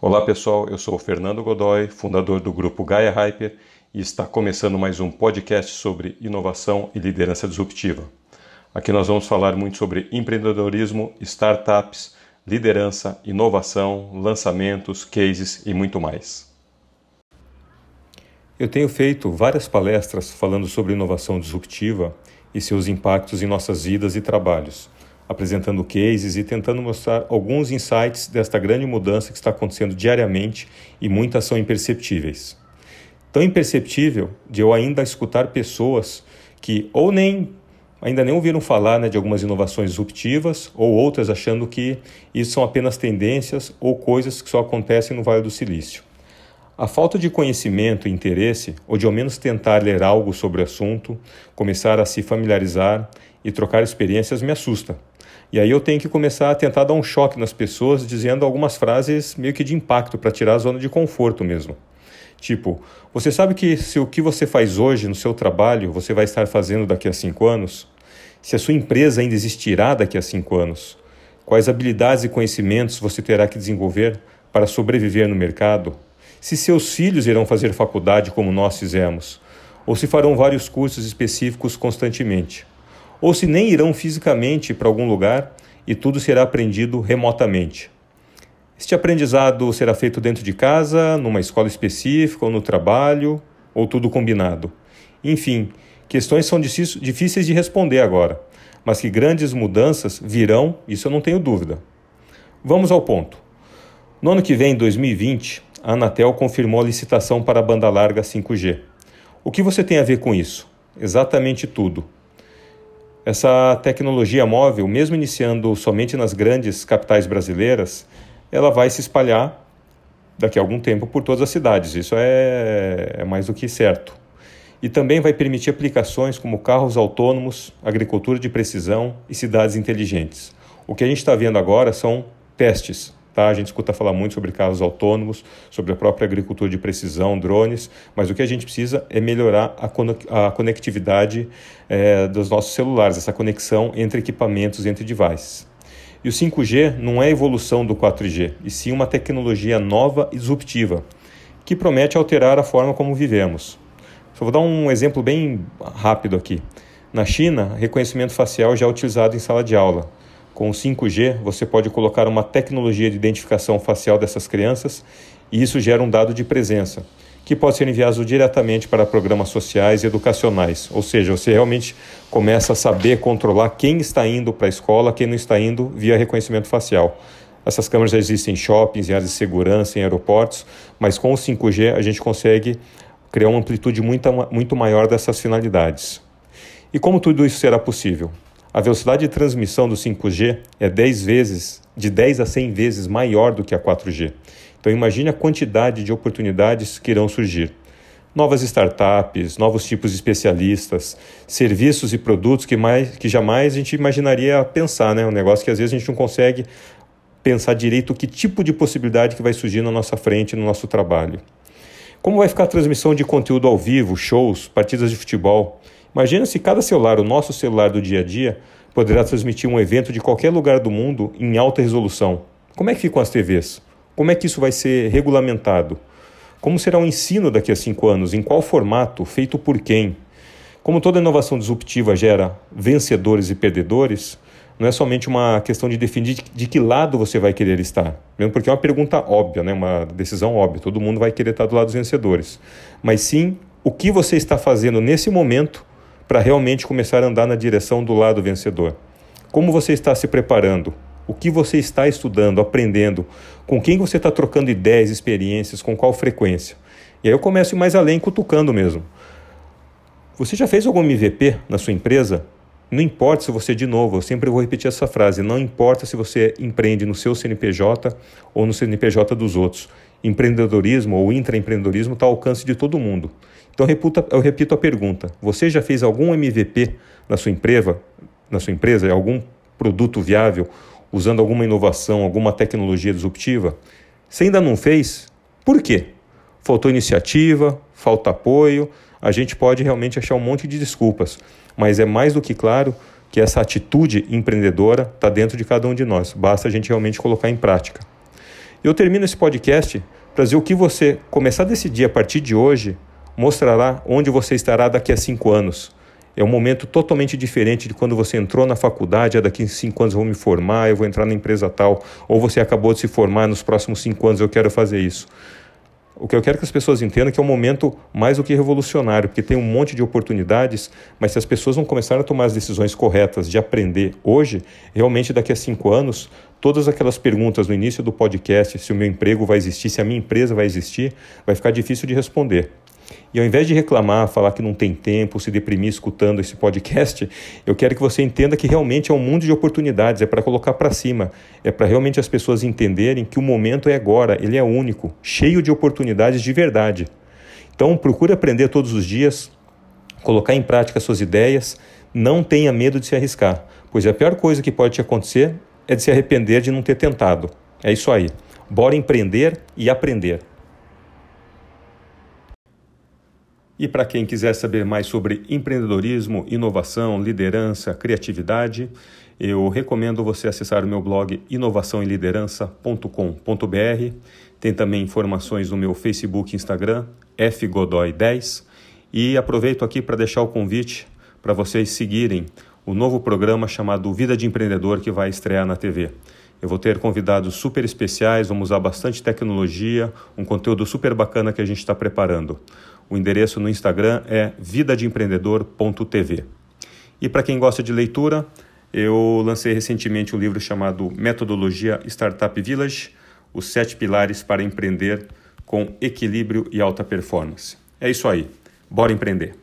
Olá pessoal, eu sou o Fernando Godoy, fundador do grupo Gaia Hyper e está começando mais um podcast sobre inovação e liderança disruptiva. Aqui nós vamos falar muito sobre empreendedorismo, startups, liderança, inovação, lançamentos, cases e muito mais. Eu tenho feito várias palestras falando sobre inovação disruptiva e seus impactos em nossas vidas e trabalhos, apresentando cases e tentando mostrar alguns insights desta grande mudança que está acontecendo diariamente e muitas são imperceptíveis. Tão imperceptível de eu ainda escutar pessoas que ainda nem ouviram falar de algumas inovações disruptivas ou outras achando que isso são apenas tendências ou coisas que só acontecem no Vale do Silício. A falta de conhecimento e interesse, ou de ao menos tentar ler algo sobre o assunto, começar a se familiarizar e trocar experiências me assusta. E aí eu tenho que começar a tentar dar um choque nas pessoas, dizendo algumas frases meio que de impacto, para tirar a zona de conforto mesmo. Tipo, você sabe que se o que você faz hoje no seu trabalho, você vai estar fazendo daqui a 5 anos? Se a sua empresa ainda existirá daqui a 5 anos? Quais habilidades e conhecimentos você terá que desenvolver para sobreviver no mercado? Se seus filhos irão fazer faculdade como nós fizemos? Ou se farão vários cursos específicos constantemente? Ou se nem irão fisicamente para algum lugar e tudo será aprendido remotamente? Este aprendizado será feito dentro de casa, numa escola específica ou no trabalho, ou tudo combinado? Enfim, questões são difíceis de responder agora, mas que grandes mudanças virão, isso eu não tenho dúvida. Vamos ao ponto. No ano que vem, 2020, a Anatel confirmou a licitação para a banda larga 5G. O que você tem a ver com isso? Exatamente tudo. Essa tecnologia móvel, mesmo iniciando somente nas grandes capitais brasileiras, ela vai se espalhar daqui a algum tempo por todas as cidades. Isso é mais do que certo. E também vai permitir aplicações como carros autônomos, agricultura de precisão e cidades inteligentes. O que a gente está vendo agora são testes. A gente escuta falar muito sobre carros autônomos, sobre a própria agricultura de precisão, drones, mas o que a gente precisa é melhorar a conectividade dos nossos celulares, essa conexão entre equipamentos, entre devices. E o 5G não é a evolução do 4G, e sim uma tecnologia nova e disruptiva, que promete alterar a forma como vivemos. Só vou dar um exemplo bem rápido aqui. Na China, reconhecimento facial já é utilizado em sala de aula. Com o 5G, você pode colocar uma tecnologia de identificação facial dessas crianças e isso gera um dado de presença, que pode ser enviado diretamente para programas sociais e educacionais. Ou seja, você realmente começa a saber controlar quem está indo para a escola, quem não está indo via reconhecimento facial. Essas câmeras já existem em shoppings, em áreas de segurança, em aeroportos, mas com o 5G a gente consegue criar uma amplitude muito maior dessas finalidades. E como tudo isso será possível? A velocidade de transmissão do 5G é de 10 a 100 vezes maior do que a 4G. Então imagine a quantidade de oportunidades que irão surgir. Novas startups, novos tipos de especialistas, serviços e produtos que jamais a gente imaginaria pensar, Um negócio que às vezes a gente não consegue pensar direito que tipo de possibilidade que vai surgir na nossa frente, no nosso trabalho. Como vai ficar a transmissão de conteúdo ao vivo, shows, partidas de futebol? Imagina se cada celular, o nosso celular do dia a dia, poderá transmitir um evento de qualquer lugar do mundo em alta resolução. Como é que ficam as TVs? Como é que isso vai ser regulamentado? Como será o ensino daqui a 5 anos? Em qual formato? Feito por quem? Como toda inovação disruptiva gera vencedores e perdedores, não é somente uma questão de definir de que lado você vai querer estar. Mesmo porque é uma pergunta óbvia, uma decisão óbvia. Todo mundo vai querer estar do lado dos vencedores. Mas sim, o que você está fazendo nesse momento para realmente começar a andar na direção do lado vencedor. Como você está se preparando? O que você está estudando, aprendendo? Com quem você está trocando ideias, experiências, com qual frequência? E aí eu começo a ir mais além, cutucando mesmo. Você já fez algum MVP na sua empresa? Não importa se você, de novo, eu sempre vou repetir essa frase, não importa se você empreende no seu CNPJ ou no CNPJ dos outros. Empreendedorismo ou intraempreendedorismo está ao alcance de todo mundo. Então eu repito a pergunta, você já fez algum MVP na sua empresa, algum produto viável, usando alguma inovação, alguma tecnologia disruptiva? Se ainda não fez, por quê? Faltou iniciativa, falta apoio, a gente pode realmente achar um monte de desculpas, mas é mais do que claro que essa atitude empreendedora está dentro de cada um de nós, basta a gente realmente colocar em prática. Eu termino esse podcast para dizer o que você começar a decidir a partir de hoje mostrará onde você estará daqui a 5 anos. É um momento totalmente diferente de quando você entrou na faculdade, daqui a 5 anos eu vou me formar, eu vou entrar na empresa tal, ou você acabou de se formar, nos próximos 5 anos eu quero fazer isso. O que eu quero que as pessoas entendam é que é um momento mais do que revolucionário, porque tem um monte de oportunidades, mas se as pessoas não começarem a tomar as decisões corretas de aprender hoje, realmente daqui a 5 anos, todas aquelas perguntas no início do podcast, se o meu emprego vai existir, se a minha empresa vai existir, vai ficar difícil de responder. E ao invés de reclamar, falar que não tem tempo, se deprimir escutando esse podcast, eu quero que você entenda que realmente é um mundo de oportunidades, é para colocar para cima, é para realmente as pessoas entenderem que o momento é agora, ele é único, cheio de oportunidades de verdade. Então procure aprender todos os dias, colocar em prática suas ideias, não tenha medo de se arriscar, pois a pior coisa que pode te acontecer é de se arrepender de não ter tentado. É isso aí, bora empreender e aprender. E para quem quiser saber mais sobre empreendedorismo, inovação, liderança, criatividade, eu recomendo você acessar o meu blog inovaçãoeliderança.com.br. Tem também informações no meu Facebook e Instagram, fgodoy10. E aproveito aqui para deixar o convite para vocês seguirem o novo programa chamado Vida de Empreendedor, que vai estrear na TV. Eu vou ter convidados super especiais, vamos usar bastante tecnologia, um conteúdo super bacana que a gente está preparando. O endereço no Instagram é vidadeempreendedor.tv. E para quem gosta de leitura, eu lancei recentemente um livro chamado Metodologia Startup Village, os 7 pilares para empreender com equilíbrio e alta performance. É isso aí, bora empreender!